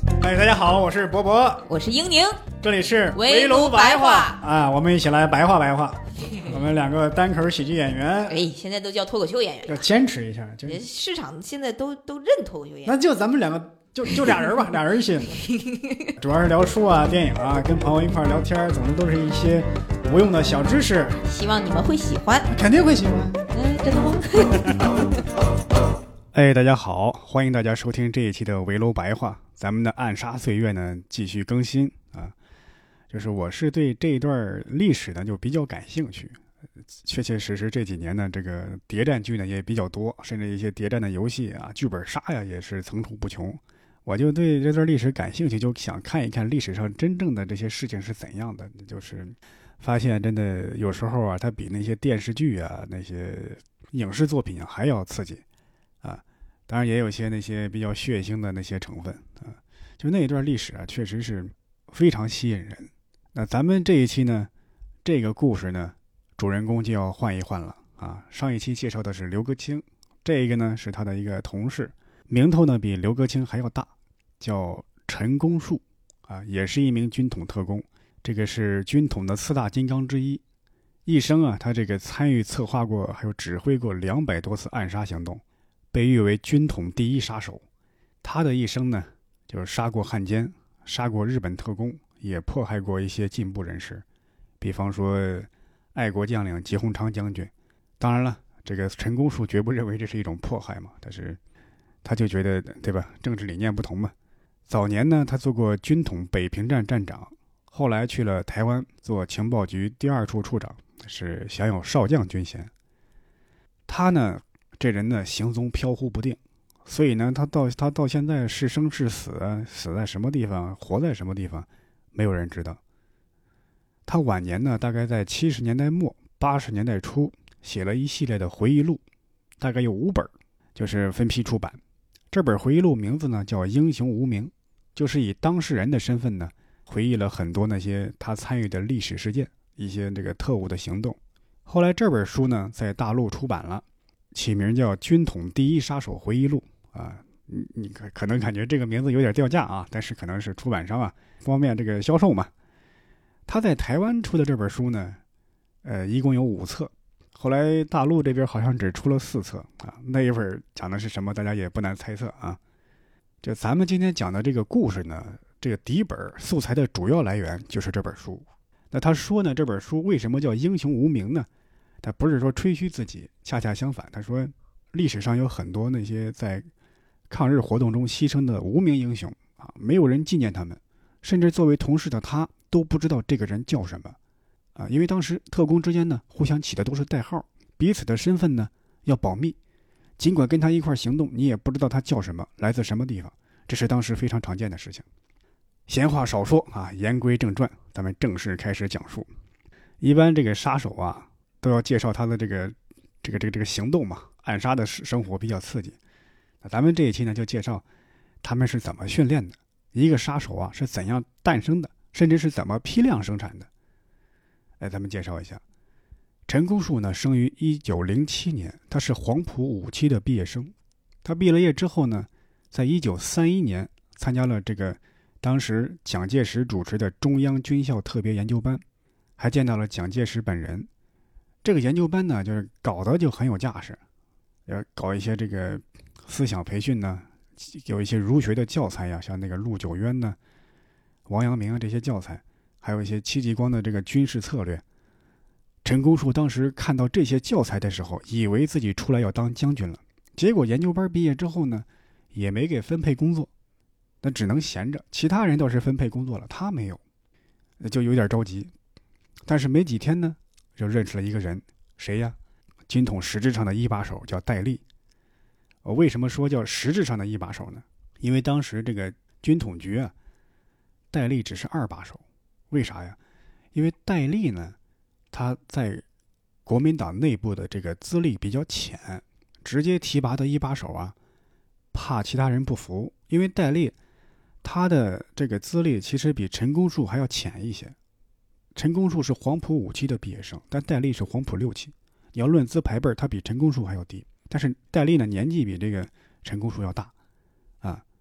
大家好，我是博博， 我是英宁， 这里是围炉白话啊，我们一起来白话白话。我们两个单口喜剧演员， 现在都叫脱口秀演员， 要坚持一下。 市场现在都认脱口秀演员， 那就咱们两个就俩人吧，俩人一起。主要是聊书啊、电影啊，跟朋友一块聊天，总之都是一些无用的小知识。 希望你们会喜欢， 肯定会喜欢。 真的吗？ 大家好，欢迎大家收听这一期的围炉白话。咱们的暗杀岁月呢继续更新啊，就是我是对这一段历史呢就比较感兴趣，确确实实这几年呢这个谍战剧呢也比较多，甚至一些谍战的游戏啊、剧本杀呀也是层出不穷。我就对这段历史感兴趣，就想看一看历史上真正的这些事情是怎样的。就是发现真的有时候啊，它比那些电视剧啊、那些影视作品啊还要刺激啊。当然也有些那些比较血腥的那些成分啊，就那一段历史啊，确实是非常吸引人。那咱们这一期呢，这个故事呢，主人公就要换一换了啊。上一期介绍的是刘格清，这个呢是他的一个同事，名头呢比刘格清还要大，叫陈公树啊，也是一名军统特工。这个是军统的4大金刚之一，一生啊，他这个参与策划过，还有指挥过200多次暗杀行动。被誉为军统第一杀手，他的一生呢，就是杀过汉奸，杀过日本特工，也迫害过一些进步人士，比方说爱国将领吉鸿昌将军。当然了，这个陈公树绝不认为这是一种迫害嘛，但是他就觉得，对吧？政治理念不同嘛。早年呢，他做过军统北平站站长，后来去了台湾做情报局第2处处长，是享有少将军衔。他呢，这人呢行踪飘忽不定，所以呢他到现在是生是死啊，死在什么地方，活在什么地方，没有人知道。他晚年呢大概在70年代末80年代初写了一系列的回忆录，大概有5本，就是分批出版。这本回忆录名字呢叫《英雄无名》，就是以当事人的身份呢回忆了很多那些他参与的历史事件，一些这个特务的行动。后来这本书呢在大陆出版了，起名叫《军统第一杀手回忆录》啊，你可能感觉这个名字有点掉价啊，但是可能是出版商啊方便这个销售嘛。他在台湾出的这本书呢，一共有5册，后来大陆这边好像只出了4册啊。那一本讲的是什么，大家也不难猜测啊。就咱们今天讲的这个故事呢，这个底本素材的主要来源就是这本书。那他说呢，这本书为什么叫英雄无名呢？他不是说吹嘘自己，恰恰相反，他说历史上有很多那些在抗日活动中牺牲的无名英雄啊，没有人纪念他们，甚至作为同事的他都不知道这个人叫什么啊，因为当时特工之间呢互相起的都是代号，彼此的身份呢要保密，尽管跟他一块行动，你也不知道他叫什么，来自什么地方，这是当时非常常见的事情。闲话少说啊，言归正传，咱们正式开始讲述。一般这个杀手啊都要介绍他的这个行动嘛，暗杀的生活比较刺激。那咱们这一期呢就介绍他们是怎么训练的，一个杀手啊是怎样诞生的，甚至是怎么批量生产的。咱们介绍一下，陈公树呢生于1907年，他是黄埔5期的毕业生。他毕了业之后呢，在1931年参加了这个当时蒋介石主持的中央军校特别研究班，还见到了蒋介石本人。这个研究班呢，就是搞得就很有架势，搞一些这个思想培训呢，有一些儒学的教材呀，像那个陆九渊呢、王阳明啊这些教材，还有一些戚继光的这个军事策略。陈公树当时看到这些教材的时候，以为自己出来要当将军了，结果研究班毕业之后呢，也没给分配工作，那只能闲着。其他人倒是分配工作了，他没有，就有点着急。但是没几天呢，就认识了一个人，谁呀？军统实质上的一把手叫戴笠。为什么说叫实质上的一把手呢？因为当时这个军统局啊，戴笠只是2把手。为啥呀？因为戴笠呢，他在国民党内部的这个资历比较浅，直接提拔的一把手啊，怕其他人不服。因为戴笠他的这个资历其实比陈公树还要浅一些。陈公树是黄埔5期的毕业生，但戴笠是黄埔6期。你要论资排辈，他比陈公树还要低。但是戴笠呢，年纪比这个陈公树要大啊，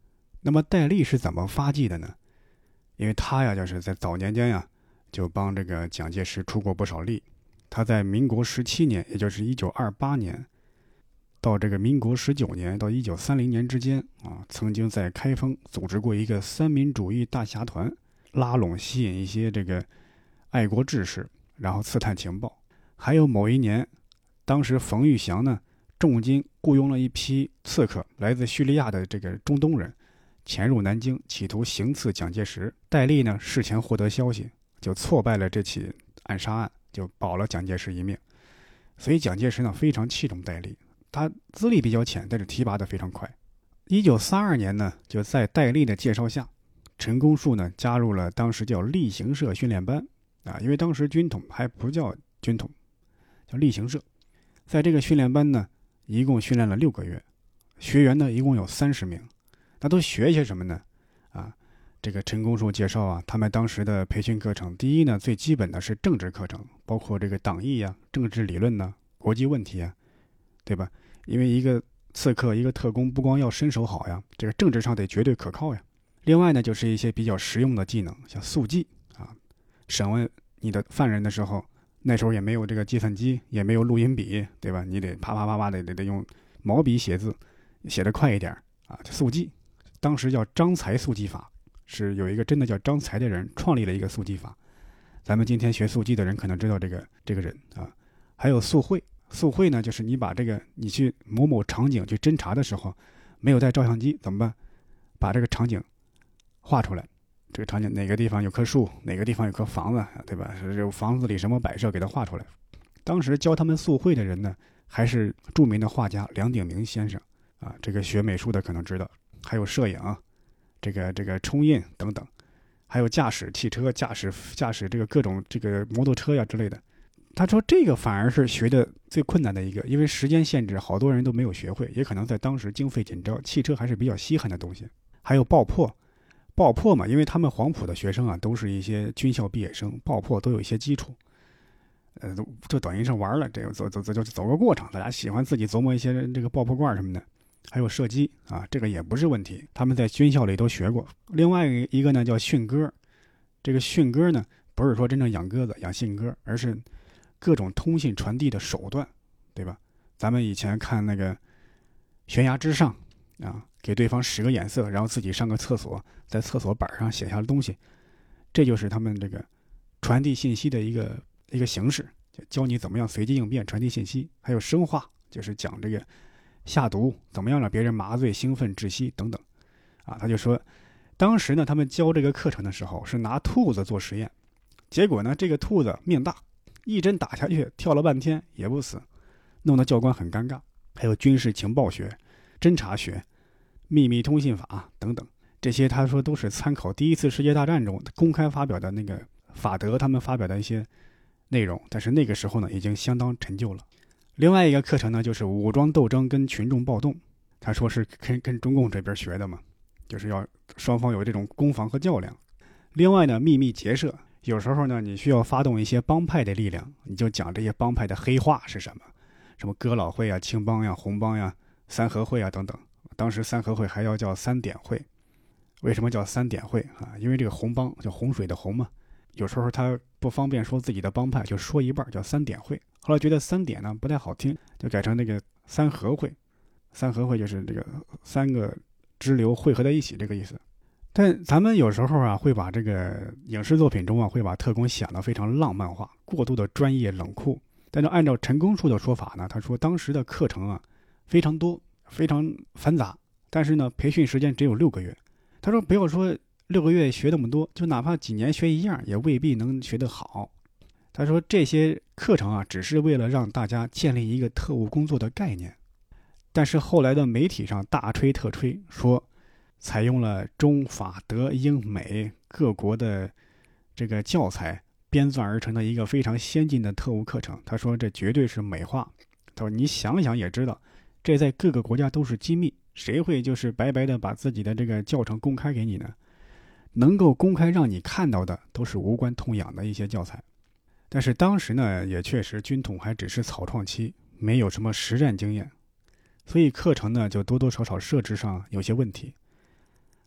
那么戴笠是怎么发迹的呢？因为他呀，就是在早年间呀，就帮这个蒋介石出过不少力。他在民国17年，也就是1928年，到这个民国19年到1930年之间啊，曾经在开封组织过一个三民主义大侠团，拉拢吸引一些这个爱国志士，然后刺探情报。还有某一年，当时冯玉祥呢重金雇佣了一批刺客，来自叙利亚的这个中东人，潜入南京，企图行刺蒋介石。戴笠呢事前获得消息，就挫败了这起暗杀案，就保了蒋介石一命。所以蒋介石呢非常器重戴笠，他资历比较浅，但是提拔得非常快。1932年呢，就在戴笠的介绍下，陈公树呢加入了当时叫例行社训练班啊，因为当时军统还不叫军统，叫例行社。在这个训练班呢，一共训练了6个月，学员呢一共有30名。那都学一些什么呢？啊，这个陈公树介绍啊，他们当时的培训课程，第一呢，最基本的是政治课程，包括这个党义呀、政治理论呐、国际问题啊，对吧？因为一个刺客、一个特工，不光要身手好呀，这个政治上得绝对可靠呀。另外呢，就是一些比较实用的技能，像速记啊，审问你的犯人的时候，那时候也没有这个计算机，也没有录音笔，对吧？你得啪啪啪啪得用毛笔写字，写得快一点啊，速记。当时叫张才速记法，是有一个真的叫张才的人创立了一个速记法。咱们今天学速记的人可能知道这个人啊。还有速绘，速绘呢就是你把这个你去某某场景去侦查的时候，没有带照相机怎么办？把这个场景画出来，这个场景哪个地方有棵树，哪个地方有棵房子，对吧？是房子里什么摆设给它画出来。当时教他们速绘的人呢，还是著名的画家梁鼎铭先生啊，这个学美术的可能知道。还有摄影，这个冲印等等，还有驾驶汽车、驾驶这个各种这个摩托车呀之类的。他说这个反而是学的最困难的一个，因为时间限制，好多人都没有学会，也可能在当时经费紧张，汽车还是比较稀罕的东西。还有爆破嘛，因为他们黄埔的学生啊，都是一些军校毕业生，爆破都有一些基础。就等于是玩了，这个走个过场，大家喜欢自己琢磨一些这个爆破罐什么的。还有射击啊，这个也不是问题，他们在军校里都学过。另外一个呢叫驯鸽，这个驯鸽呢不是说真正养鸽子、养信鸽，而是各种通信传递的手段，对吧？咱们以前看那个悬崖之上啊，给对方使个眼色，然后自己上个厕所，在厕所板上写下的东西，这就是他们这个传递信息的一个形式，教你怎么样随机应变传递信息。还有生化，就是讲这个下毒怎么样让别人麻醉、兴奋、窒息等等，啊，他就说，当时呢，他们教这个课程的时候是拿兔子做实验，结果呢，这个兔子命大，一针打下去跳了半天也不死，弄得教官很尴尬。还有军事情报学、侦察学、秘密通信法等等，这些他说都是参考第一次世界大战中公开发表的那个法德他们发表的一些内容，但是那个时候呢，已经相当陈旧了。另外一个课程呢，就是武装斗争跟群众暴动，他说是跟中共这边学的嘛，就是要双方有这种攻防和较量。另外呢，秘密结社，有时候呢，你需要发动一些帮派的力量，你就讲这些帮派的黑话是什么，什么哥老会啊、青帮呀、红帮呀、三合会啊等等。当时三合会还要叫三点会，为什么叫三点会啊？因为这个红帮叫洪水的洪嘛，有时候他不方便说自己的帮派，就说一半叫三点会。后来觉得三点呢不太好听，就改成那个三合会。三合会就是这个三个支流汇合在一起这个意思。但咱们有时候啊，会把这个影视作品中啊，会把特工想得非常浪漫化，过度的专业冷酷。但是按照陈公树的说法呢，他说当时的课程啊非常多，非常繁杂，但是呢培训时间只有6个月。他说不要说6个月学那么多，就哪怕几年学一样，也未必能学得好。他说这些课程啊，只是为了让大家建立一个特务工作的概念。但是后来的媒体上大吹特吹，说采用了中法德英美各国的这个教材编撰而成的一个非常先进的特务课程。他说这绝对是美化。他说你想想也知道，这在各个国家都是机密，谁会就是白白的把自己的这个教程公开给你呢？能够公开让你看到的都是无关痛痒的一些教材。但是当时呢，也确实军统还只是草创期，没有什么实战经验，所以课程呢就多多少少设置上有些问题。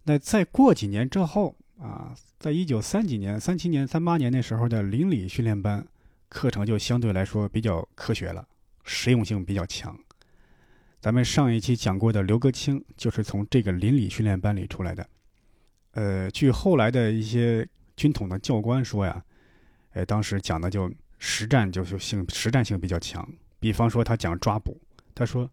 那再过几年之后啊，在1930几年、37年、38年那时候的邻里训练班课程就相对来说比较科学了，实用性比较强。咱们上一期讲过的刘格清就是从这个邻里训练班里出来的。据后来的一些军统的教官说呀，当时讲的就实战性比较强。比方说他讲抓捕，他说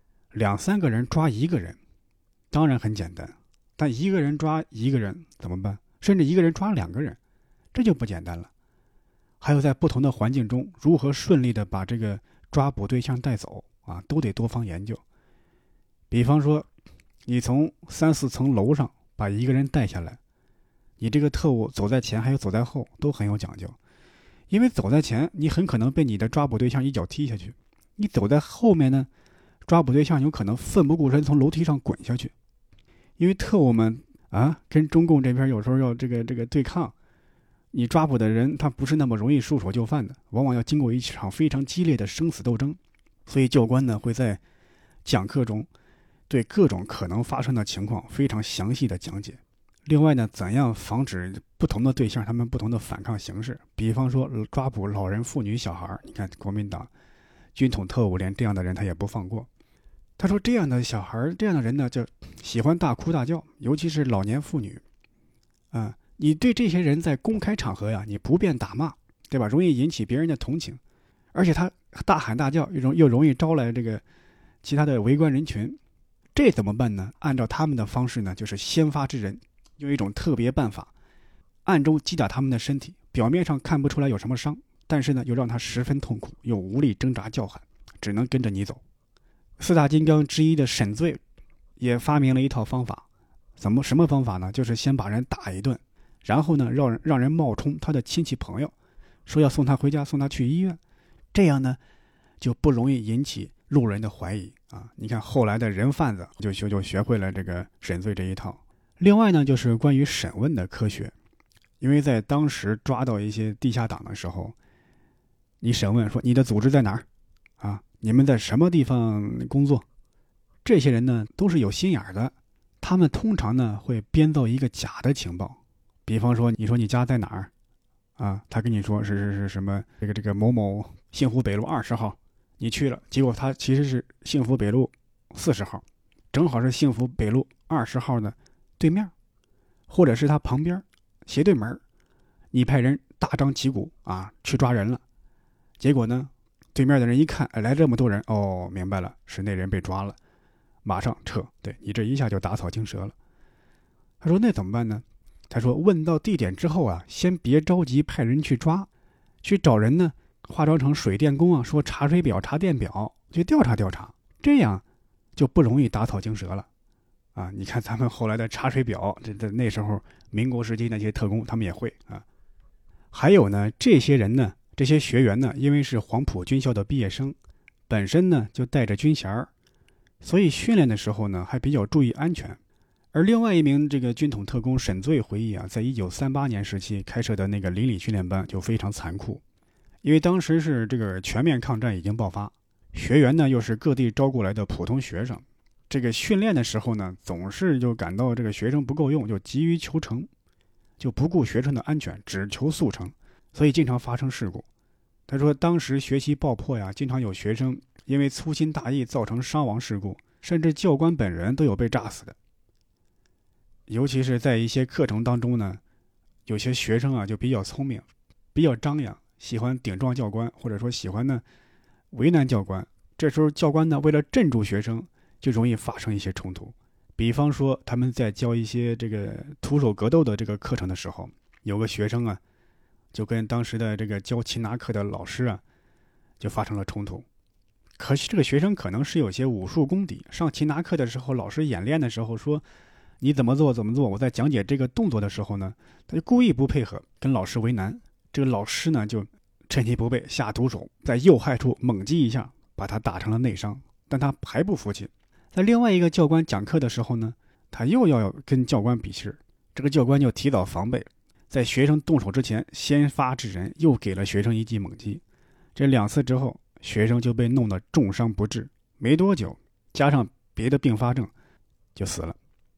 2-3个人抓1个人，当然很简单，但1个人抓1个人怎么办？甚至1个人抓2个人，这就不简单了。还有在不同的环境中如何顺利的把这个抓捕对象带走啊，都得多方研究。比方说你从3-4层楼上把1个人带下来，你这个特务走在前还有走在后都很有讲究。因为走在前你很可能被你的抓捕对象一脚踢下去，你走在后面呢，抓捕对象有可能奋不顾身从楼梯上滚下去。因为特务们啊跟中共这边有时候要这个对抗，你抓捕的人他不是那么容易束手就范的，往往要经过一场非常激烈的生死斗争。所以教官呢会在讲课中对各种可能发生的情况非常详细的讲解。另外呢，怎样防止不同的对象他们不同的反抗形式？比方说抓捕老人、妇女、小孩，你看国民党军统特务连这样的人他也不放过。他说这样的小孩、这样的人呢，就喜欢大哭大叫，尤其是老年妇女啊。你对这些人在公开场合呀，你不便打骂，对吧？容易引起别人的同情，而且他大喊大叫，又容易招来这个其他的围观人群。这怎么办呢？按照他们的方式呢，就是先发制人，用一种特别办法，暗中击打他们的身体，表面上看不出来有什么伤，但是呢，又让他十分痛苦，又无力挣扎叫喊，只能跟着你走。4大金刚之一的沈醉也发明了一套方法。什么方法呢？就是先把人打一顿，然后呢，让人冒充他的亲戚朋友，说要送他回家，送他去医院，这样呢，就不容易引起路人的怀疑啊。你看后来的人贩子就学会了这个沈醉这一套。另外呢，就是关于审问的科学。因为在当时抓到一些地下党的时候，你审问说你的组织在哪儿啊？你们在什么地方工作？这些人呢都是有心眼的，他们通常呢会编造一个假的情报。比方说你说你家在哪儿啊？他跟你说是什么这个某某幸福北路20号，你去了，结果他其实是幸福北路40号，正好是幸福北路20号的对面，或者是他旁边斜对门。你派人大张旗鼓啊去抓人了，结果呢对面的人一看，来这么多人，哦，明白了，是那人被抓了，马上撤。对，你这一下就打草惊蛇了。他说那怎么办呢？他说问到地点之后啊，先别着急派人去抓，去找人呢化妆成水电工啊，说查水表查电表，去调查调查，这样就不容易打草惊蛇了啊。你看咱们后来的查水表，那时候民国时期那些特工他们也会啊。还有呢，这些学员呢，因为是黄埔军校的毕业生，本身呢就带着军衔，所以训练的时候呢还比较注意安全。而另外一名这个军统特工沈醉回忆啊，在1938年时期开设的那个邻里训练班就非常残酷，因为当时是这个全面抗战已经爆发，学员呢又是各地招过来的普通学生，这个训练的时候呢，总是就感到这个学生不够用，就急于求成，就不顾学生的安全，只求速成，所以经常发生事故。他说当时学习爆破呀，经常有学生因为粗心大意造成伤亡事故，甚至教官本人都有被炸死的。尤其是在一些课程当中呢，有些学生啊就比较聪明，比较张扬，喜欢顶撞教官，或者说喜欢呢为难教官。这时候教官呢为了镇住学生，就容易发生一些冲突。比方说他们在教一些这个徒手格斗的这个课程的时候，有个学生啊就跟当时的这个教擒拿课的老师啊就发生了冲突。可是这个学生可能是有些武术功底，上擒拿课的时候，老师演练的时候说你怎么做，我在讲解这个动作的时候呢，他就故意不配合，跟老师为难。这个老师呢就趁其不备下毒手，在右害处猛击一下，把他打成了内伤。但他还不服气，在另外一个教官讲课的时候呢，他又要跟教官比试，这个教官就提早防备，在学生动手之前先发制人，又给了学生一记猛击。这2次之后，学生就被弄得重伤不治，没多久加上别的并发症就死了。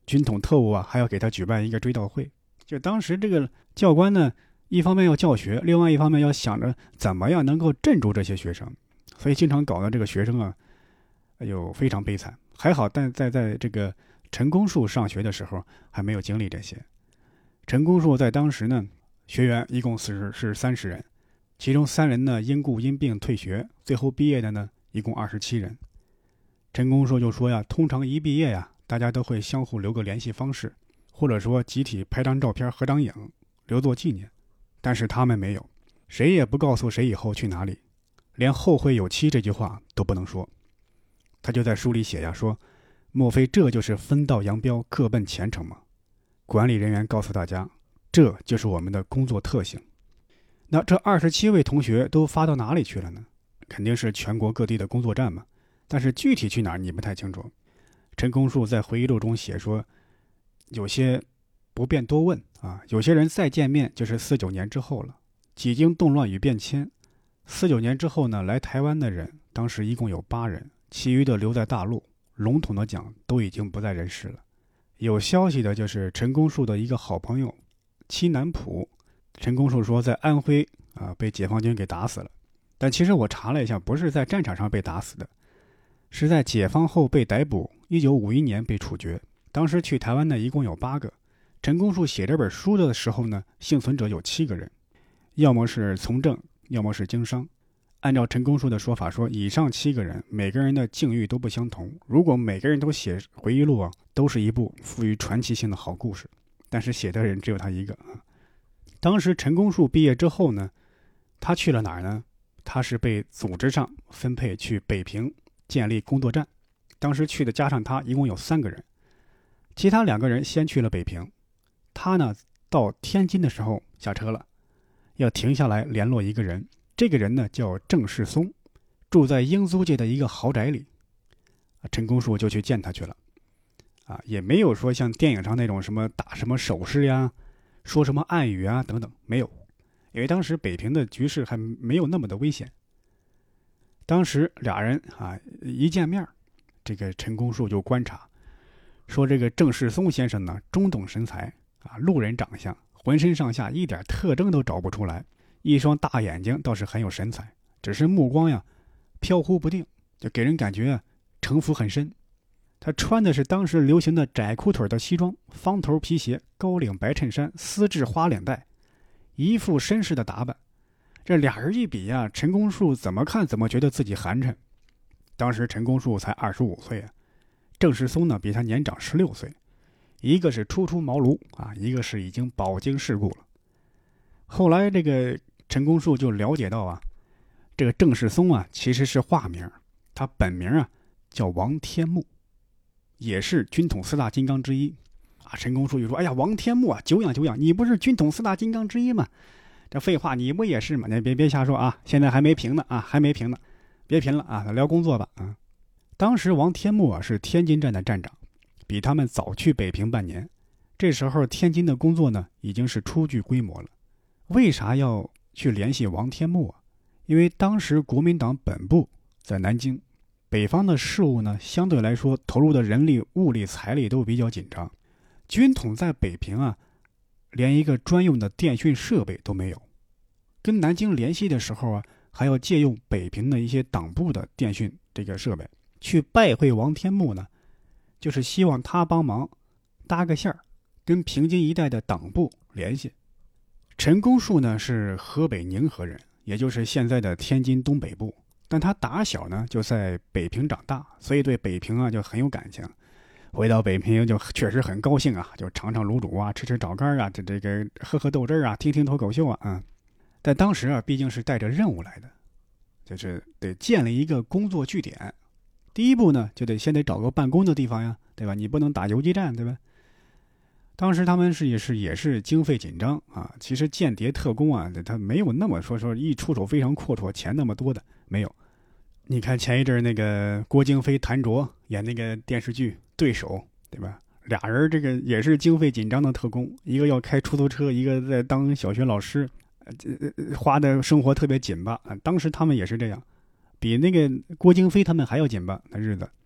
军统特务啊还要给他举办一个追悼会。就当时这个教官呢，一方面要教学，另外一方面要想着怎么样能够镇住这些学生，所以经常搞得这个学生啊，非常悲惨。还好，但在这个陈公树上学的时候还没有经历这些。陈公树在当时呢，学员一共是30人，其中3人呢因故因病退学，最后毕业的呢一共27人。陈公树就说呀，通常一毕业呀，大家都会相互留个联系方式，或者说集体拍张照片合张影留作纪念。但是他们没有，谁也不告诉谁以后去哪里，连后会有期这句话都不能说。他就在书里写呀，说莫非这就是分道扬镳各奔前程吗？管理人员告诉大家，这就是我们的工作特性。那这27位同学都发到哪里去了呢？肯定是全国各地的工作站嘛，但是具体去哪儿你不太清楚。陈公树在回忆录中写说，有些不便多问啊，有些人再见面就是49年之后了。几经动乱与变迁，49年之后呢，来台湾的人当时一共有8人，其余的留在大陆，笼统的讲都已经不在人世了。有消息的就是陈公树的一个好朋友戚南浦，陈公树说在安徽被解放军给打死了，但其实我查了一下，不是在战场上被打死的，是在解放后被逮捕，1951年被处决。当时去台湾的一共有8个。陈公树写这本书的时候呢，幸存者有7个人，要么是从政，要么是经商。按照陈公树的说法，说以上7个人每个人的境遇都不相同，如果每个人都写回忆录都是一部富于传奇性的好故事，但是写的人只有他一个当时陈公树毕业之后呢，他去了哪儿呢？他是被组织上分配去北平建立工作站，当时去的加上他一共有3个人，其他2个人先去了北平。他呢到天津的时候下车了，要停下来联络一个人，这个人呢叫郑世松，住在英租界的一个豪宅里。陈公树就去见他去了也没有说像电影上那种什么打什么手势呀，说什么暗语啊等等，没有，因为当时北平的局势还没有那么的危险。当时俩人一见面，这个陈公树就观察，说这个郑世松先生呢中等身材路人长相，浑身上下一点特征都找不出来，一双大眼睛倒是很有神采，只是目光呀飘忽不定，就给人感觉城府很深。他穿的是当时流行的窄裤腿的西装，方头皮鞋，高领白衬衫，丝质花领带，一副绅士的打扮。这俩人一比陈公树怎么看怎么觉得自己寒碜。当时陈公树才25岁郑世松呢比他年长16岁，一个是初出茅庐一个是已经饱经世故了。后来这个陈公树就了解到这个郑世松其实是化名，他本名叫王天木，也是军统4大金刚之一陈公树就说，哎呀，王天木久仰久仰，你不是军统4大金刚之一吗？这废话，你不也是吗？你别瞎说现在还没评呢还没评呢，别评了聊工作吧当时王天木是天津站的站长，比他们早去北平半年。这时候天津的工作呢已经是初具规模了。为啥要去联系王天木因为当时国民党本部在南京，北方的事务呢相对来说投入的人力物力财力都比较紧张，军统在北平连一个专用的电讯设备都没有，跟南京联系的时候还要借用北平的一些党部的电讯这个设备。去拜会王天木呢，就是希望他帮忙搭个线儿，跟平津一带的党部联系。陈公树呢是河北宁河人，也就是现在的天津东北部，但他打小呢就在北平长大，所以对北平就很有感情。回到北平就确实很高兴就尝尝卤煮吃吃枣干这个喝豆汁听听脱口秀但当时毕竟是带着任务来的，就是得建立一个工作据点。第一步呢就先得找个办公的地方呀，对吧？你不能打游击战，对吧？当时他们也是经费紧张其实间谍特工他没有那么说一出手非常阔绰，钱那么多的没有。你看前一阵那个郭京飞、谭卓演那个电视剧《对手》，对吧？俩人这个也是经费紧张的特工，一个要开出租车，一个在当小学老师，花的生活特别紧巴当时他们也是这样，比那个郭京飞他们还要紧巴那日子。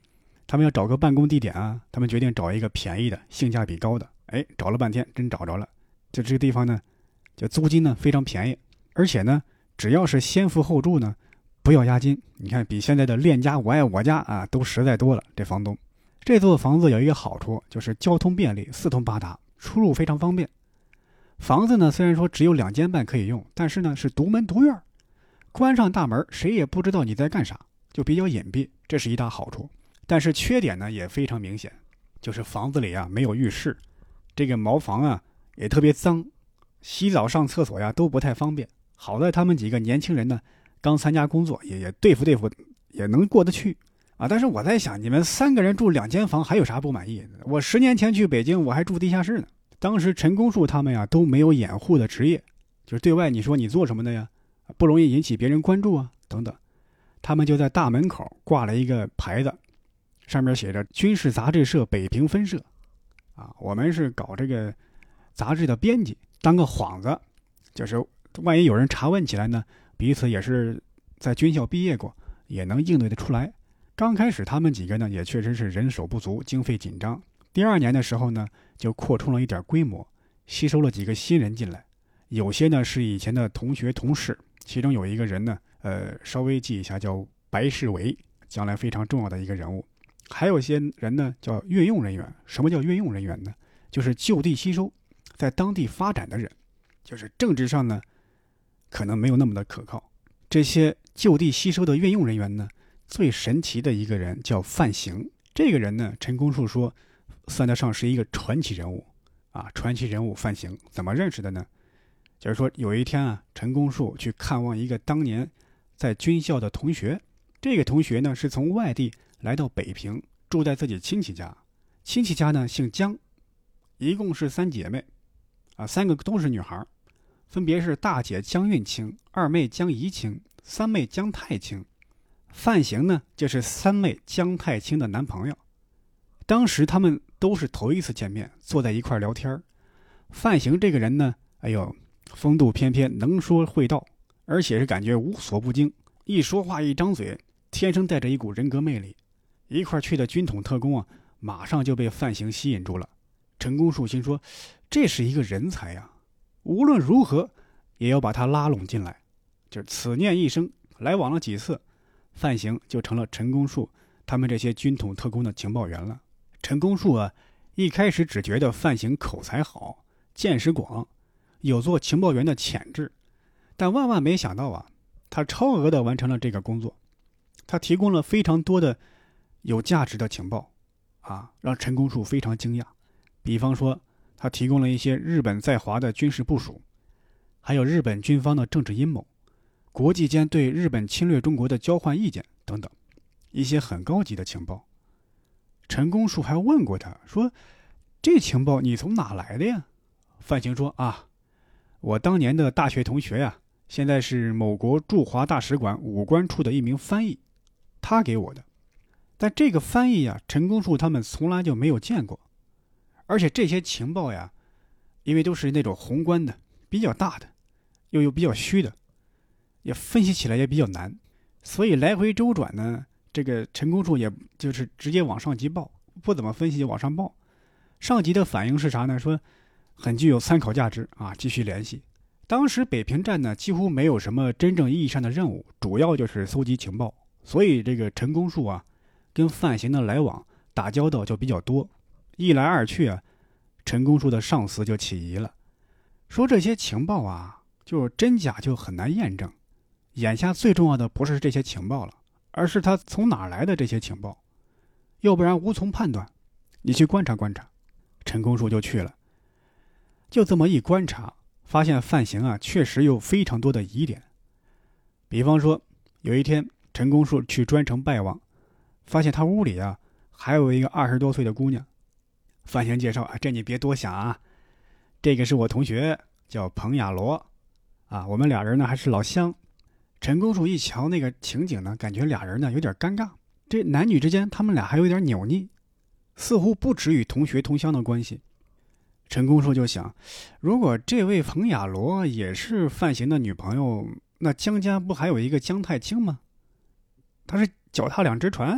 他们要找个办公地点啊，他们决定找一个便宜的、性价比高的。哎，找了半天，真找着了。就这个地方呢，就租金呢非常便宜，而且呢，只要是先付后住呢，不要押金。你看，比现在的链家、我爱我家啊都实在多了。这房东，这座房子有一个好处，就是交通便利，四通八达，出入非常方便。房子呢，虽然说只有2间半可以用，但是呢是独门独院，关上大门，谁也不知道你在干啥，就比较隐蔽，这是一大好处。但是缺点呢也非常明显，就是房子里啊没有浴室，这个茅房啊也特别脏，洗澡上厕所呀都不太方便。好在他们几个年轻人呢刚参加工作，也对付也能过得去啊。但是我在想，你们3个人住2间房还有啥不满意？我10年前去北京我还住地下室呢。当时陈公树他们呀都没有掩护的职业，就是对外你说你做什么的呀，不容易引起别人关注啊等等。他们就在大门口挂了一个牌子，上面写着军事杂志社北平分社啊，我们是搞这个杂志的编辑，当个幌子，就是万一有人查问起来呢，彼此也是在军校毕业过，也能应对得出来。刚开始他们几个呢也确实是人手不足，经费紧张。第2年的时候呢，就扩充了一点规模，吸收了几个新人进来，有些呢是以前的同学同事，其中有一个人呢，稍微记一下，叫白世伟，将来非常重要的一个人物。还有一些人呢叫运用人员。什么叫运用人员呢？就是就地吸收，在当地发展的人，就是政治上呢可能没有那么的可靠。这些就地吸收的运用人员呢，最神奇的一个人叫范行。这个人呢，陈公树说算得上是一个传奇人物啊。传奇人物范行怎么认识的呢？就是说有一天啊，陈公树去看望一个当年在军校的同学，这个同学呢是从外地来到北平，住在自己亲戚家。亲戚家呢姓江，一共是3姐妹啊，3个都是女孩，分别是大姐江运清、2妹江怡清、3妹江太清。范行呢就是3妹江太清的男朋友。当时他们都是头一次见面，坐在一块聊天。范行这个人呢，哎呦，风度翩翩，能说会道，而且是感觉无所不精，一说话一张嘴，天生带着一股人格魅力。一块去的军统特工啊，马上就被范行吸引住了。陈公树心说，这是一个人才呀，无论如何也要把他拉拢进来。就此念一生，来往了几次，范行就成了陈公树他们这些军统特工的情报员了。陈公树啊，一开始只觉得范行口才好，见识广，有做情报员的潜质，但万万没想到啊，他超额的完成了这个工作。他提供了非常多的有价值的情报啊，让陈公树非常惊讶。比方说，他提供了一些日本在华的军事部署，还有日本军方的政治阴谋，国际间对日本侵略中国的交换意见等等，一些很高级的情报。陈公树还问过他说，这情报你从哪来的呀？范行说啊，我当年的大学同学呀，现在是某国驻华大使馆武官处的一名翻译，他给我的。但这个翻译呀，陈公树他们从来就没有见过。而且这些情报呀，因为都是那种宏观的、比较大的，又比较虚的，也分析起来也比较难，所以来回周转呢，这个陈公树也就是直接往上级报，不怎么分析就往上报。上级的反应是啥呢？说很具有参考价值啊，继续联系。当时北平站呢几乎没有什么真正意义上的任务，主要就是搜集情报，所以这个陈公树啊跟范行的来往打交道就比较多。一来二去啊，陈公树的上司就起疑了，说这些情报啊，就是真假就很难验证。眼下最重要的不是这些情报了，而是他从哪来的这些情报，要不然无从判断。你去观察观察。陈公树就去了，就这么一观察，发现范行啊确实有非常多的疑点。比方说，有一天陈公树去专程拜望，发现他屋里啊还有一个20多岁的姑娘。范行介绍啊，这你别多想啊，这个是我同学，叫彭雅罗啊，我们俩人呢还是老乡。陈公树一瞧那个情景呢，感觉俩人呢有点尴尬，这男女之间他们俩还有点扭捏，似乎不止与同学同乡的关系。陈公树就想，如果这位彭雅罗也是范行的女朋友，那江家不还有一个江太清吗？他是脚踏2只船。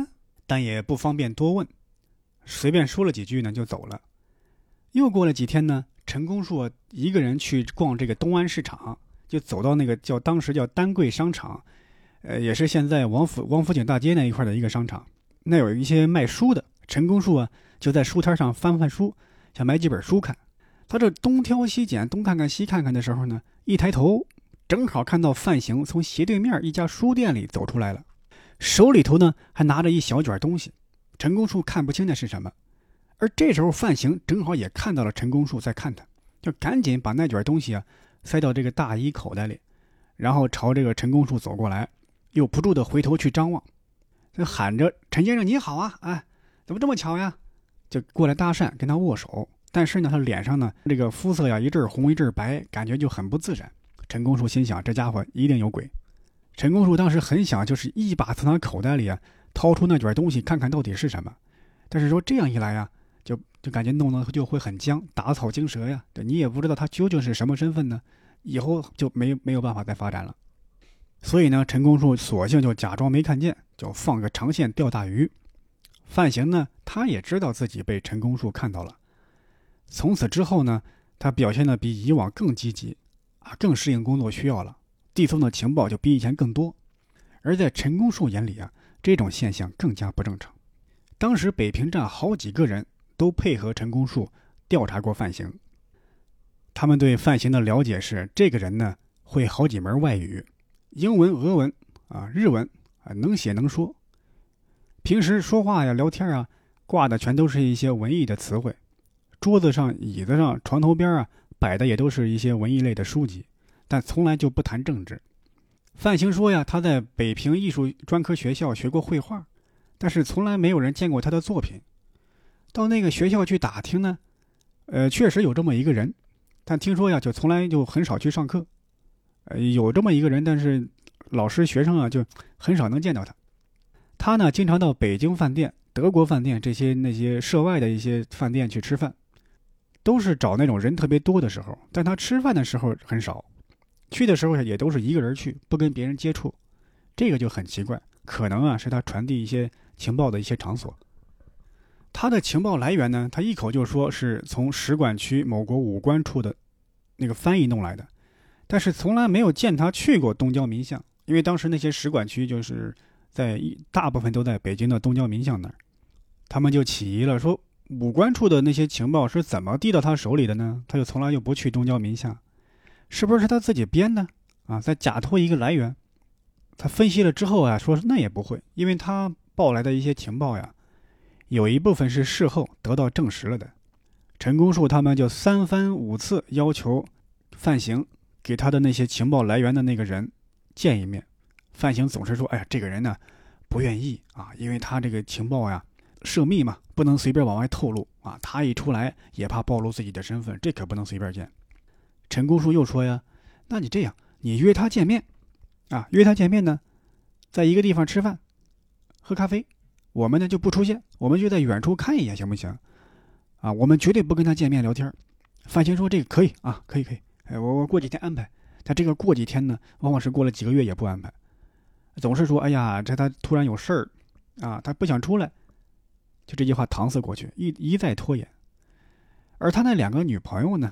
但也不方便多问，随便说了几句呢就走了。又过了几天呢，陈公树一个人去逛这个东安市场，就走到那个当时叫丹桂商场，也是现在王府井大街那一块的一个商场。那有一些卖书的，陈公树就在书摊上翻书，想买几本书看。他这东挑西拣，东看看西看看的时候呢，一抬头正好看到范行从斜对面一家书店里走出来了，手里头呢还拿着一小卷东西。陈公树看不清那是什么，而这时候范行正好也看到了陈公树在看他，就赶紧把那卷东西塞到这个大衣口袋里，然后朝这个陈公树走过来，又不住的回头去张望，就喊着陈先生你好啊，哎，怎么这么巧呀？就过来搭讪跟他握手。但是呢他脸上呢这个肤色一阵红一阵白，感觉就很不自然。陈公树心想这家伙一定有鬼。陈公树当时很想就是一把从他口袋里掏出那卷东西看看到底是什么，但是说这样一来就感觉弄得就会很僵，打草惊蛇呀，你也不知道他究竟是什么身份呢，以后就没有办法再发展了。所以呢陈公树索性就假装没看见，就放个长线钓大鱼。范行呢他也知道自己被陈公树看到了，从此之后呢他表现得比以往更积极更适应工作需要了，递送的情报就比以前更多。而在陈公树眼里这种现象更加不正常。当时北平站好几个人都配合陈公树调查过范行，他们对范行的了解是这个人呢会好几门外语，英文、俄文日文能写能说，平时说话聊天挂的全都是一些文艺的词汇，桌子上椅子上床头边摆的也都是一些文艺类的书籍，但从来就不谈政治。范行说他在北平艺术专科学校学过绘画，但是从来没有人见过他的作品。到那个学校去打听呢，确实有这么一个人，但听说就从来就很少去上课。有这么一个人，但是老师学生就很少能见到他。他呢经常到北京饭店、德国饭店那些涉外的一些饭店去吃饭，都是找那种人特别多的时候，但他吃饭的时候很少，去的时候也都是一个人去，不跟别人接触。这个就很奇怪，可能是他传递一些情报的一些场所。他的情报来源呢，他一口就说是从使馆区某国武官处的那个翻译弄来的，但是从来没有见他去过东郊民巷，因为当时那些使馆区就是大部分都在北京的东郊民巷那儿。他们就起疑了，说武官处的那些情报是怎么递到他手里的呢？他就从来就不去东郊民巷，是不是他自己编的再假托一个来源？他分析了之后说那也不会，因为他报来的一些情报有一部分是事后得到证实了的。陈公树他们就3番5次要求范行给他的那些情报来源的那个人见一面。范行总是说这个人呢不愿意因为他这个情报涉密嘛，不能随便往外透露他一出来也怕暴露自己的身份，这可不能随便见。陈公树又说那你这样，你约他见面约他见面呢，在一个地方吃饭喝咖啡，我们呢就不出现，我们就在远处看一眼，行不行我们绝对不跟他见面聊天。范行说这个可以可以我过几天安排。他这个过几天呢往往是过了几个月也不安排，总是说这他突然有事儿他不想出来，就这句话搪塞过去，一再拖延。而他那两个女朋友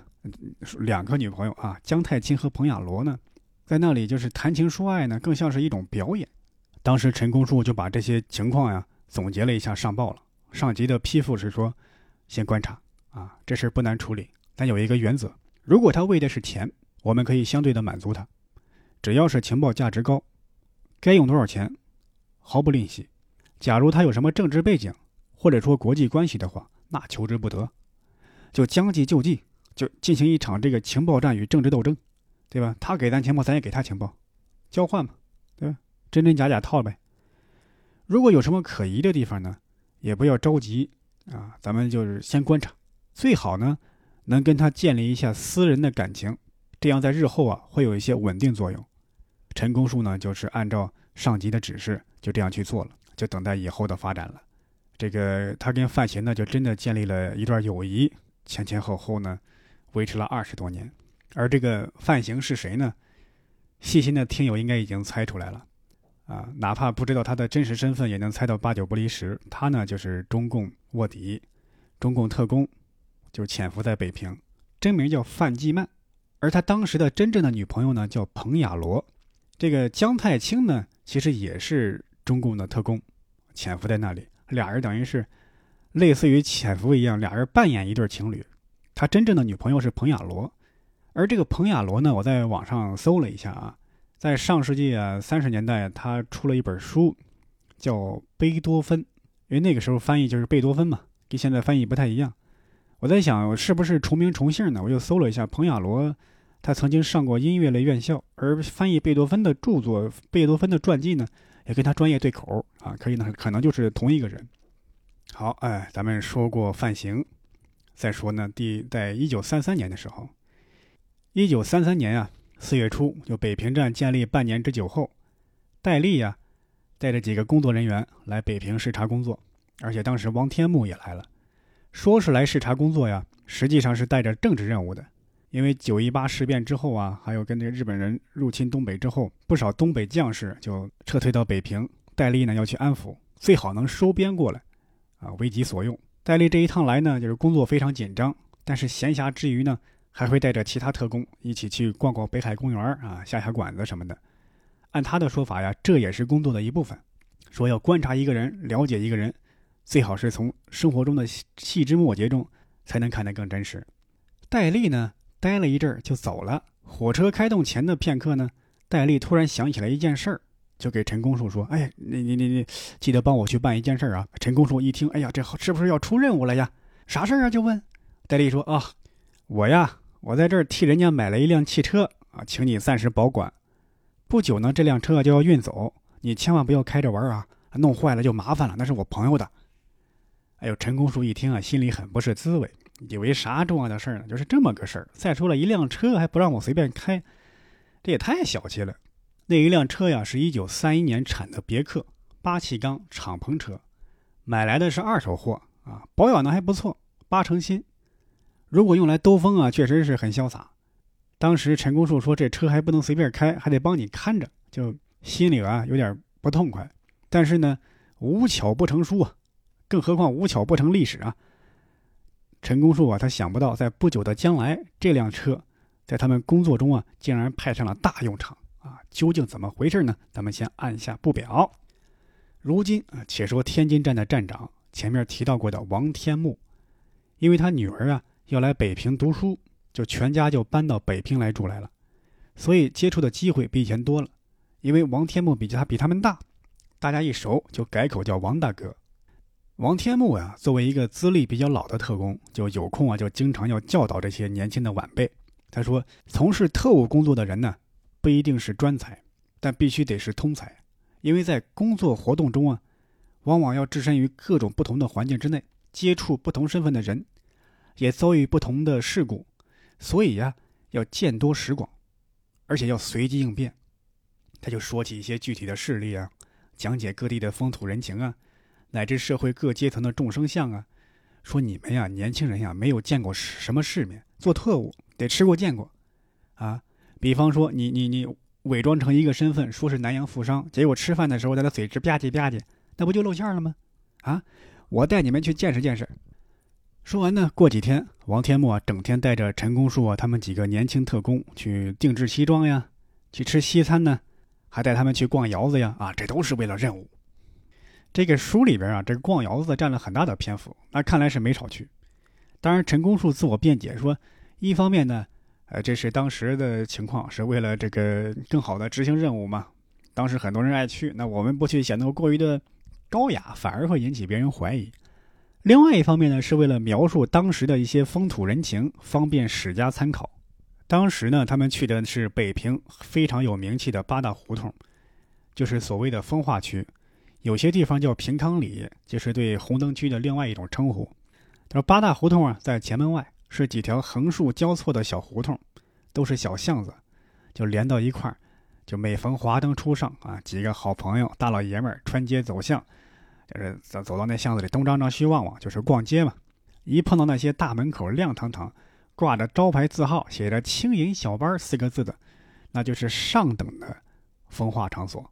姜太清和彭雅罗呢，在那里就是谈情说爱呢，更像是一种表演。当时陈公树就把这些情况总结了一下上报了，上级的批复是说先观察这事不难处理，但有一个原则，如果他为的是钱，我们可以相对的满足他，只要是情报价值高，该用多少钱毫不吝惜。假如他有什么政治背景或者说国际关系的话，那求之不得，就将计就计，就进行一场这个情报战与政治斗争，对吧？他给咱情报，咱也给他情报，交换嘛，对吧？真真假假套呗。如果有什么可疑的地方呢，也不要着急咱们就是先观察，最好呢能跟他建立一下私人的感情，这样在日后会有一些稳定作用。陈公树呢就是按照上级的指示就这样去做了，就等待以后的发展了。这个他跟范行呢就真的建立了一段友谊，前后呢维持了20多年。而这个范行是谁呢？细心的听友应该已经猜出来了啊，哪怕不知道他的真实身份，也能猜到八九不离十。他呢就是中共卧底，中共特工，就潜伏在北平，真名叫范继曼。而他当时的真正的女朋友呢叫彭雅罗。这个姜太清呢其实也是中共的特工，潜伏在那里，俩人等于是类似于潜伏一样，俩人扮演一对情侣。他真正的女朋友是彭雅罗。而这个彭雅罗呢，我在网上搜了一下啊，在上世纪30年代，他出了一本书，叫《贝多芬》，因为那个时候翻译就是贝多芬嘛，跟现在翻译不太一样。我在想，是不是重名重姓呢？我就搜了一下，彭雅罗他曾经上过音乐类院校，而翻译贝多芬的著作、贝多芬的传记呢，也跟他专业对口啊，可能就是同一个人。好，咱们说过范行，再说呢，在1933年的时候，1933年4月初，就北平站建立半年之久后，戴笠带着几个工作人员来北平视察工作，而且当时王天木也来了。说是来视察工作实际上是带着政治任务的。因为9·18事变之后还有跟这个日本人入侵东北之后，不少东北将士就撤退到北平，戴笠呢要去安抚，最好能收编过来为己所用。戴笠这一趟来呢，就是工作非常紧张，但是闲暇之余呢，还会带着其他特工一起去逛逛北海公园下馆子什么的。按他的说法这也是工作的一部分，说要观察一个人，了解一个人，最好是从生活中的细枝末节中才能看得更真实。戴笠呢待了一阵就走了。火车开动前的片刻呢，戴笠突然想起来一件事儿，就给陈公树说：“哎，你记得帮我去办一件事啊。”陈公树一听，哎呀，这是不是要出任务了呀？啥事儿就问。戴笠说：“我在这儿替人家买了一辆汽车请你暂时保管。不久呢，这辆车就要运走，你千万不要开着玩弄坏了就麻烦了，那是我朋友的。”哎呦，陈公树一听心里很不是滋味，以为啥重要的事呢？就是这么个事儿。再说了，一辆车还不让我随便开，这也太小气了。那一辆车是1931年产的别克8气缸敞篷车，买来的是二手货保养的还不错，8成新。如果用来兜风确实是很潇洒。当时陈公树说这车还不能随便开，还得帮你看着，就心里有点不痛快。但是呢，无巧不成书更何况无巧不成历史陈公树他想不到在不久的将来，这辆车在他们工作中竟然派上了大用场究竟怎么回事呢？咱们先按下不表。如今且说天津站的站长前面提到过的王天木，因为他女儿要来北平读书，就全家就搬到北平来住来了，所以接触的机会比以前多了。因为王天木比他们大，大家一熟就改口叫王大哥。王天木作为一个资历比较老的特工，就有空就经常要教导这些年轻的晚辈。他说，从事特务工作的人呢，不一定是专才，但必须得是通才。因为在工作活动中往往要置身于各种不同的环境之内，接触不同身份的人，也遭遇不同的事故，所以要见多识广，而且要随机应变。他就说起一些具体的事例讲解各地的风土人情乃至社会各阶层的众生相说你们年轻人没有见过什么世面，做特务得吃过见过比方说你伪装成一个身份，说是南洋富商，结果吃饭的时候在他嘴直吧唧吧唧，那不就露馅了吗？我带你们去见识见识。说完呢，过几天王天木整天带着陈公树他们几个年轻特工去定制西装去吃西餐呢，还带他们去逛窑子这都是为了任务。这个书里边这个逛窑子占了很大的篇幅，那看来是没少去。当然陈公树自我辩解说，一方面呢这是当时的情况，是为了这个更好的执行任务嘛，当时很多人爱去，那我们不去显得过于的高雅，反而会引起别人怀疑。另外一方面呢，是为了描述当时的一些风土人情，方便史家参考。当时呢，他们去的是北平非常有名气的8大胡同，就是所谓的风化区，有些地方叫平康里，就是对红灯区的另外一种称呼。8大胡同在前门外，是几条横竖交错的小胡同，都是小巷子，就连到一块儿。就每逢华灯初上几个好朋友大老爷们儿穿街走巷，就是走到那巷子里东张张西望望，就是逛街嘛。一碰到那些大门口亮堂堂挂着招牌字号写着青银小班4个字的，那就是上等的风化场所。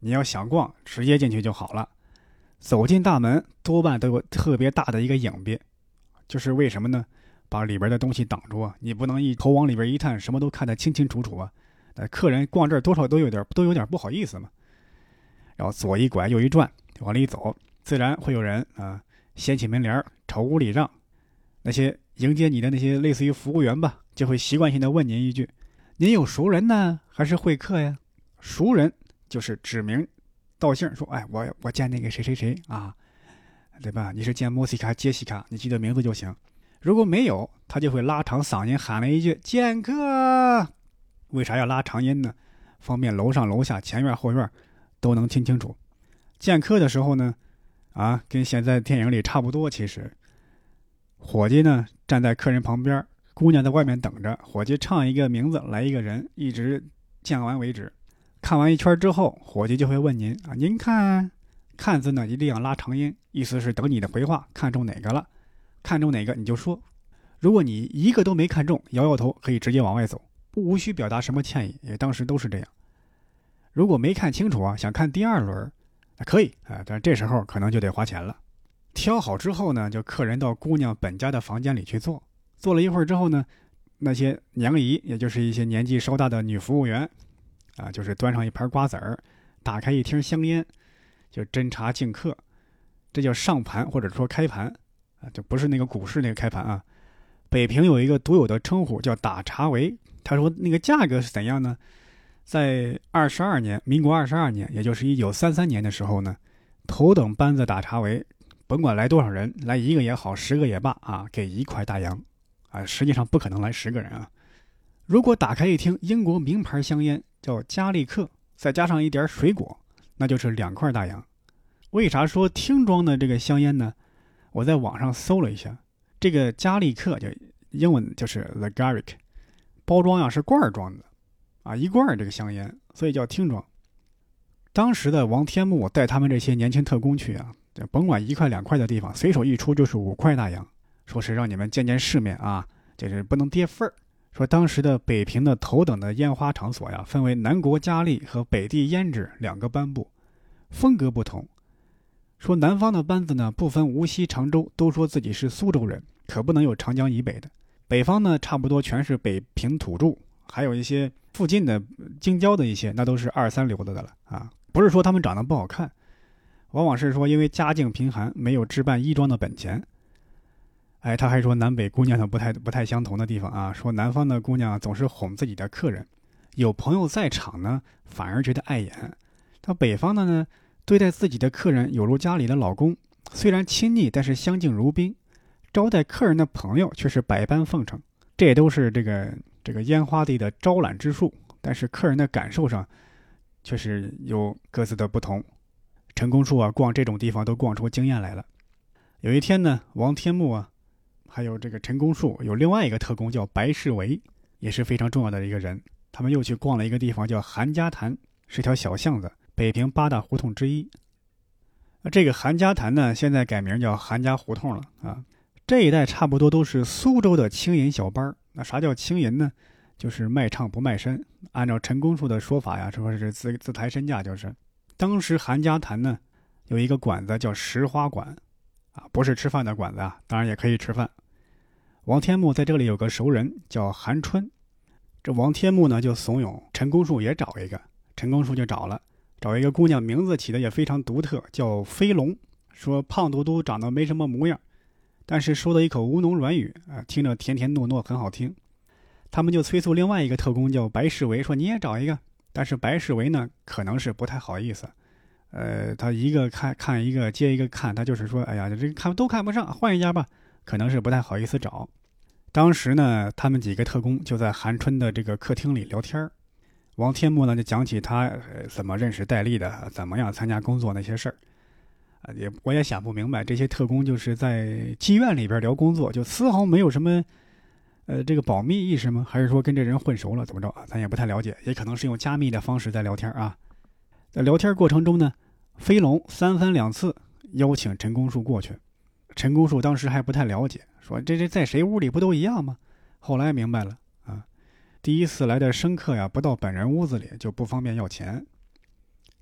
你要想逛，直接进去就好了。走进大门，多半都有特别大的一个影壁，就是为什么呢？把里边的东西挡住啊，你不能一头往里边一探，什么都看得清清楚楚啊。客人逛这儿多少都有点不好意思嘛。然后左一拐右一转往里走，自然会有人啊掀起门帘朝屋里让。那些迎接你的那些类似于服务员吧，就会习惯性的问您一句：“您有熟人呢，还是会客呀？”熟人就是指名道姓说：“哎，我见那个谁谁谁啊，对吧？你是见莫西卡、杰西卡，你记得名字就行。”如果没有，他就会拉长嗓音喊了一句：“见客。”为啥要拉长音呢？方便楼上楼下前院后院都能听清楚。见客的时候呢，跟现在电影里差不多。其实伙计呢站在客人旁边，姑娘在外面等着，伙计唱一个名字来一个人，一直见完为止。看完一圈之后，伙计就会问您啊，您看字呢一定要拉长音，意思是等你的回话，看中哪个了，看中哪个你就说。如果你一个都没看中，摇摇头可以直接往外走，无需表达什么歉意，也当时都是这样。如果没看清楚啊，想看第二轮可以但这时候可能就得花钱了。挑好之后呢，就客人到姑娘本家的房间里去坐了一会儿之后呢，那些娘姨，也就是一些年纪稍大的女服务员就是端上一盘瓜子儿，打开一听香烟，就斟茶敬客，这叫上盘或者说开盘就不是那个股市那个开盘啊。北平有一个独有的称呼叫打茶围，他说那个价格是怎样呢？在22年，民国22年，也就是1933年的时候呢，头等班子打茶围，甭管来多少人，来1个也好，10个也罢给1块大洋实际上不可能来10个人啊。如果打开一听英国名牌香烟叫加利克，再加上一点水果，那就是2块大洋。为啥说听装的这个香烟呢？我在网上搜了一下，这个加利克就英文就是 The Garrick， 包装是罐装的一罐这个香烟，所以叫听装。当时的王天木带他们这些年轻特工去甭管1块2块的地方，随手一出就是5块大洋，说是让你们见见世面就是不能跌份儿。说当时的北平的头等的烟花场所分为南国佳丽和北地胭脂2个班部，风格不同。说南方的班子呢，不分无锡常州，都说自己是苏州人，可不能有长江以北的。北方呢，差不多全是北平土著，还有一些附近的京郊的一些，那都是2、3流的了不是说他们长得不好看，往往是说因为家境贫寒，没有置办衣装的本钱。他还说南北姑娘的不太相同的地方说南方的姑娘总是哄自己的客人，有朋友在场呢，反而觉得碍眼。到北方的呢，对待自己的客人有如家里的老公，虽然亲昵，但是相敬如宾；招待客人的朋友却是百般奉承。这也都是这个烟花地的招揽之术，但是客人的感受上却是有各自的不同。陈公树逛这种地方都逛出经验来了。有一天呢，王天木还有这个陈公树，有另外一个特工叫白世维，也是非常重要的一个人。他们又去逛了一个地方叫韩家潭，是条小巷子，北平8大胡同之一。这个韩家潭呢，现在改名叫韩家胡同了这一带差不多都是苏州的青银小班。那啥叫青银呢？就是卖唱不卖身。按照陈公树的说法说是自抬身价。就是当时韩家潭呢，有一个馆子叫石花馆不是吃饭的馆子当然也可以吃饭。王天木在这里有个熟人叫韩春，这王天木呢就怂恿陈公树也找一个，陈公树就找一个姑娘，名字起的也非常独特，叫飞龙，说胖嘟嘟长得没什么模样，但是说了一口吴侬软语听着甜甜糯糯，很好听。他们就催促另外一个特工叫白世维，说你也找一个。但是白世维呢，可能是不太好意思，他一个看一个接一个看，他就是说，哎呀，这个都看不上，换一家吧，可能是不太好意思找。当时呢，他们几个特工就在韩春的这个客厅里聊天。王天木呢就讲起他怎么认识戴笠的，怎么样参加工作那些事儿。我也想不明白，这些特工就是在妓院里边聊工作，就丝毫没有什么这个保密意识吗？还是说跟这人混熟了怎么着咱也不太了解，也可能是用加密的方式在聊天在聊天过程中呢，飞龙3番2次邀请陈公树过去。陈公树当时还不太了解，说这在谁屋里不都一样吗？后来明白了第一次来的生客不到本人屋子里就不方便要钱。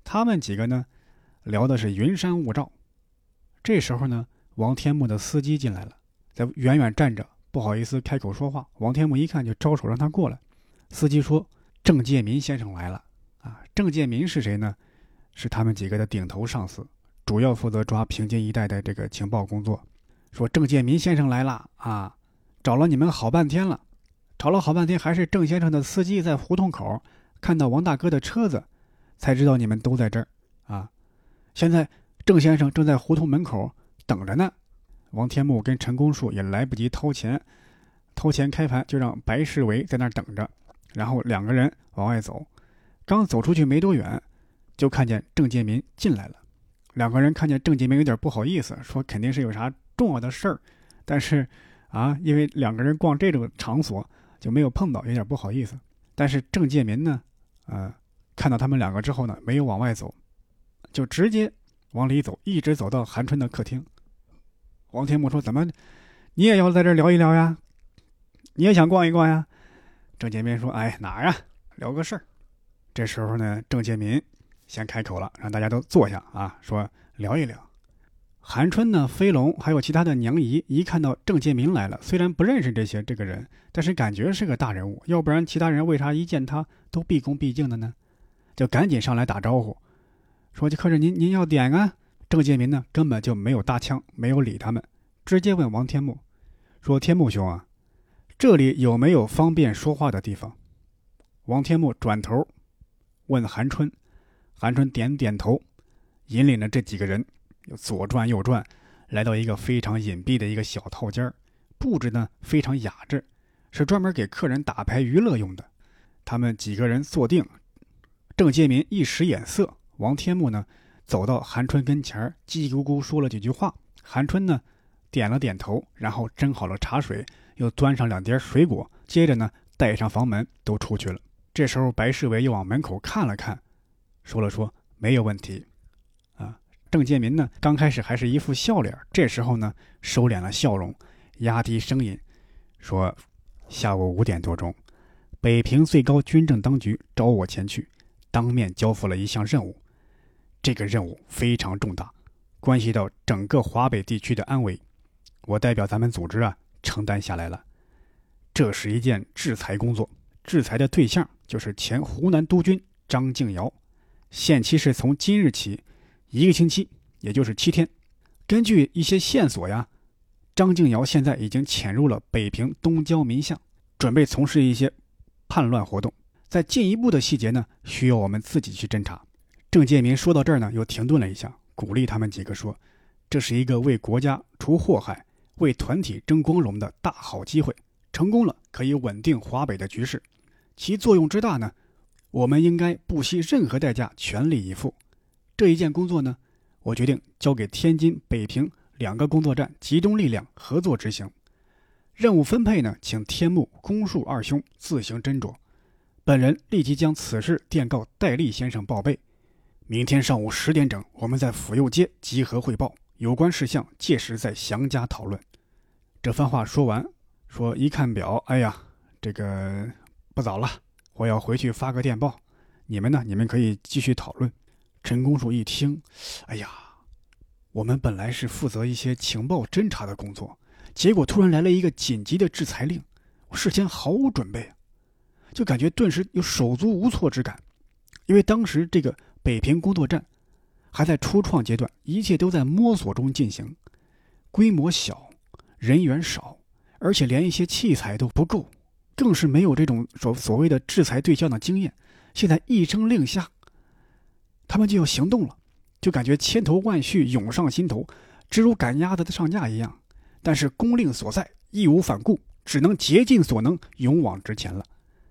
他们几个呢聊的是云山雾罩。这时候呢，王天木的司机进来了，在远远站着，不好意思开口说话。王天木一看就招手让他过来。司机说郑介民先生来了啊。郑介民是谁呢？是他们几个的顶头上司，主要负责抓平津一带的这个情报工作。说郑介民先生来了啊，找了你们好半天了，找了好半天，还是郑先生的司机在胡同口看到王大哥的车子，才知道你们都在这儿啊。现在郑先生正在胡同门口等着呢。王天木跟陈公树也来不及掏钱开盘，就让白世维在那儿等着，然后两个人往外走。刚走出去没多远，就看见郑介民进来了。两个人看见郑介民有点不好意思，说肯定是有啥重要的事儿，但是因为两个人逛这种场所就没有碰到，有点不好意思。但是郑介民呢看到他们两个之后呢，没有往外走，就直接往里走，一直走到韩春的客厅。王天木说：“怎么，你也要在这儿聊一聊呀？你也想逛一逛呀？”郑介民说：“哎，哪儿啊？聊个事儿。”这时候呢，郑介民先开口了，让大家都坐下啊，说聊一聊。韩春呢、飞龙还有其他的娘姨一看到郑介民来了，虽然不认识这个人，但是感觉是个大人物，要不然其他人为啥一见他都毕恭毕敬的呢？就赶紧上来打招呼，说：“客人您要点啊？”郑介民呢根本就没有搭腔，没有理他们，直接问王天木说：“天木兄啊，这里有没有方便说话的地方？”王天木转头问韩春，韩春点点头，引领着这几个人左转右转，来到一个非常隐蔽的一个小套间，布置呢非常雅致，是专门给客人打牌娱乐用的。他们几个人坐定，郑介民一使眼色，王天木呢走到韩春跟前，叽叽咕咕说了几句话。韩春呢点了点头，然后斟好了茶水，又端上两碟水果，接着呢带上房门都出去了。这时候白世维又往门口看了看，说了说没有问题啊。郑介民呢刚开始还是一副笑脸，这时候呢收敛了笑容，压低声音说：“下午5点多钟，北平最高军政当局找我前去，当面交付了一项任务。这个任务非常重大，关系到整个华北地区的安危，我代表咱们组织承担下来了。这是一件制裁工作，制裁的对象就是前湖南督军张敬尧，限期是从今日起1个星期，也就是7天。根据一些线索张敬尧现在已经潜入了北平东郊民巷，准备从事一些叛乱活动。在进一步的细节呢，需要我们自己去侦查。”郑介民说到这儿呢，又停顿了一下，鼓励他们几个说：“这是一个为国家除祸害、为团体争光荣的大好机会，成功了可以稳定华北的局势，其作用之大呢，我们应该不惜任何代价全力以赴。这一件工作呢，我决定交给天津、北平2个工作站集中力量合作执行。任务分配呢，请天木、公树二兄自行斟酌。本人立即将此事电告戴笠先生报备。明天上午10点整，我们在府右街集合汇报，有关事项届时再详加讨论。”这番话说完，说一看表，哎呀，这个不早了，我要回去发个电报，你们可以继续讨论。陈公树一听，哎呀，我们本来是负责一些情报侦查的工作，结果突然来了一个紧急的制裁令，我事先毫无准备，就感觉顿时有手足无措之感。因为当时这个北平工作站还在初创阶段，一切都在摸索中进行，规模小，人员少，而且连一些器材都不够，更是没有这种所谓的制裁对象的经验。现在一声令下，他们就要行动了，就感觉千头万绪涌上心头，只如赶鸭子上架一样。但是公令所在，义无反顾，只能竭尽所能，勇往直前了。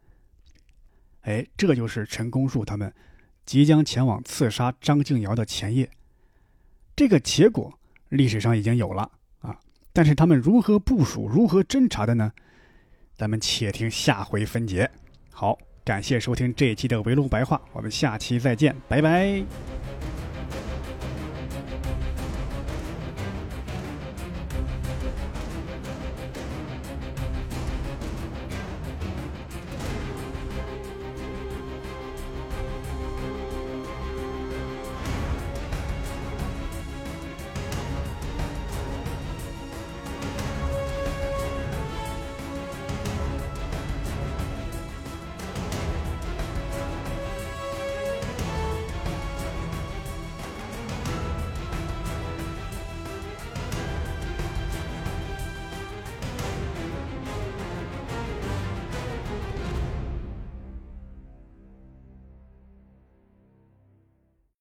这就是陈公树他们即将前往刺杀张敬尧的前夜。这个结果历史上已经有了但是他们如何部署、如何侦查的呢？咱们且听下回分解。好，感谢收听这一期的围炉白话，我们下期再见，拜拜。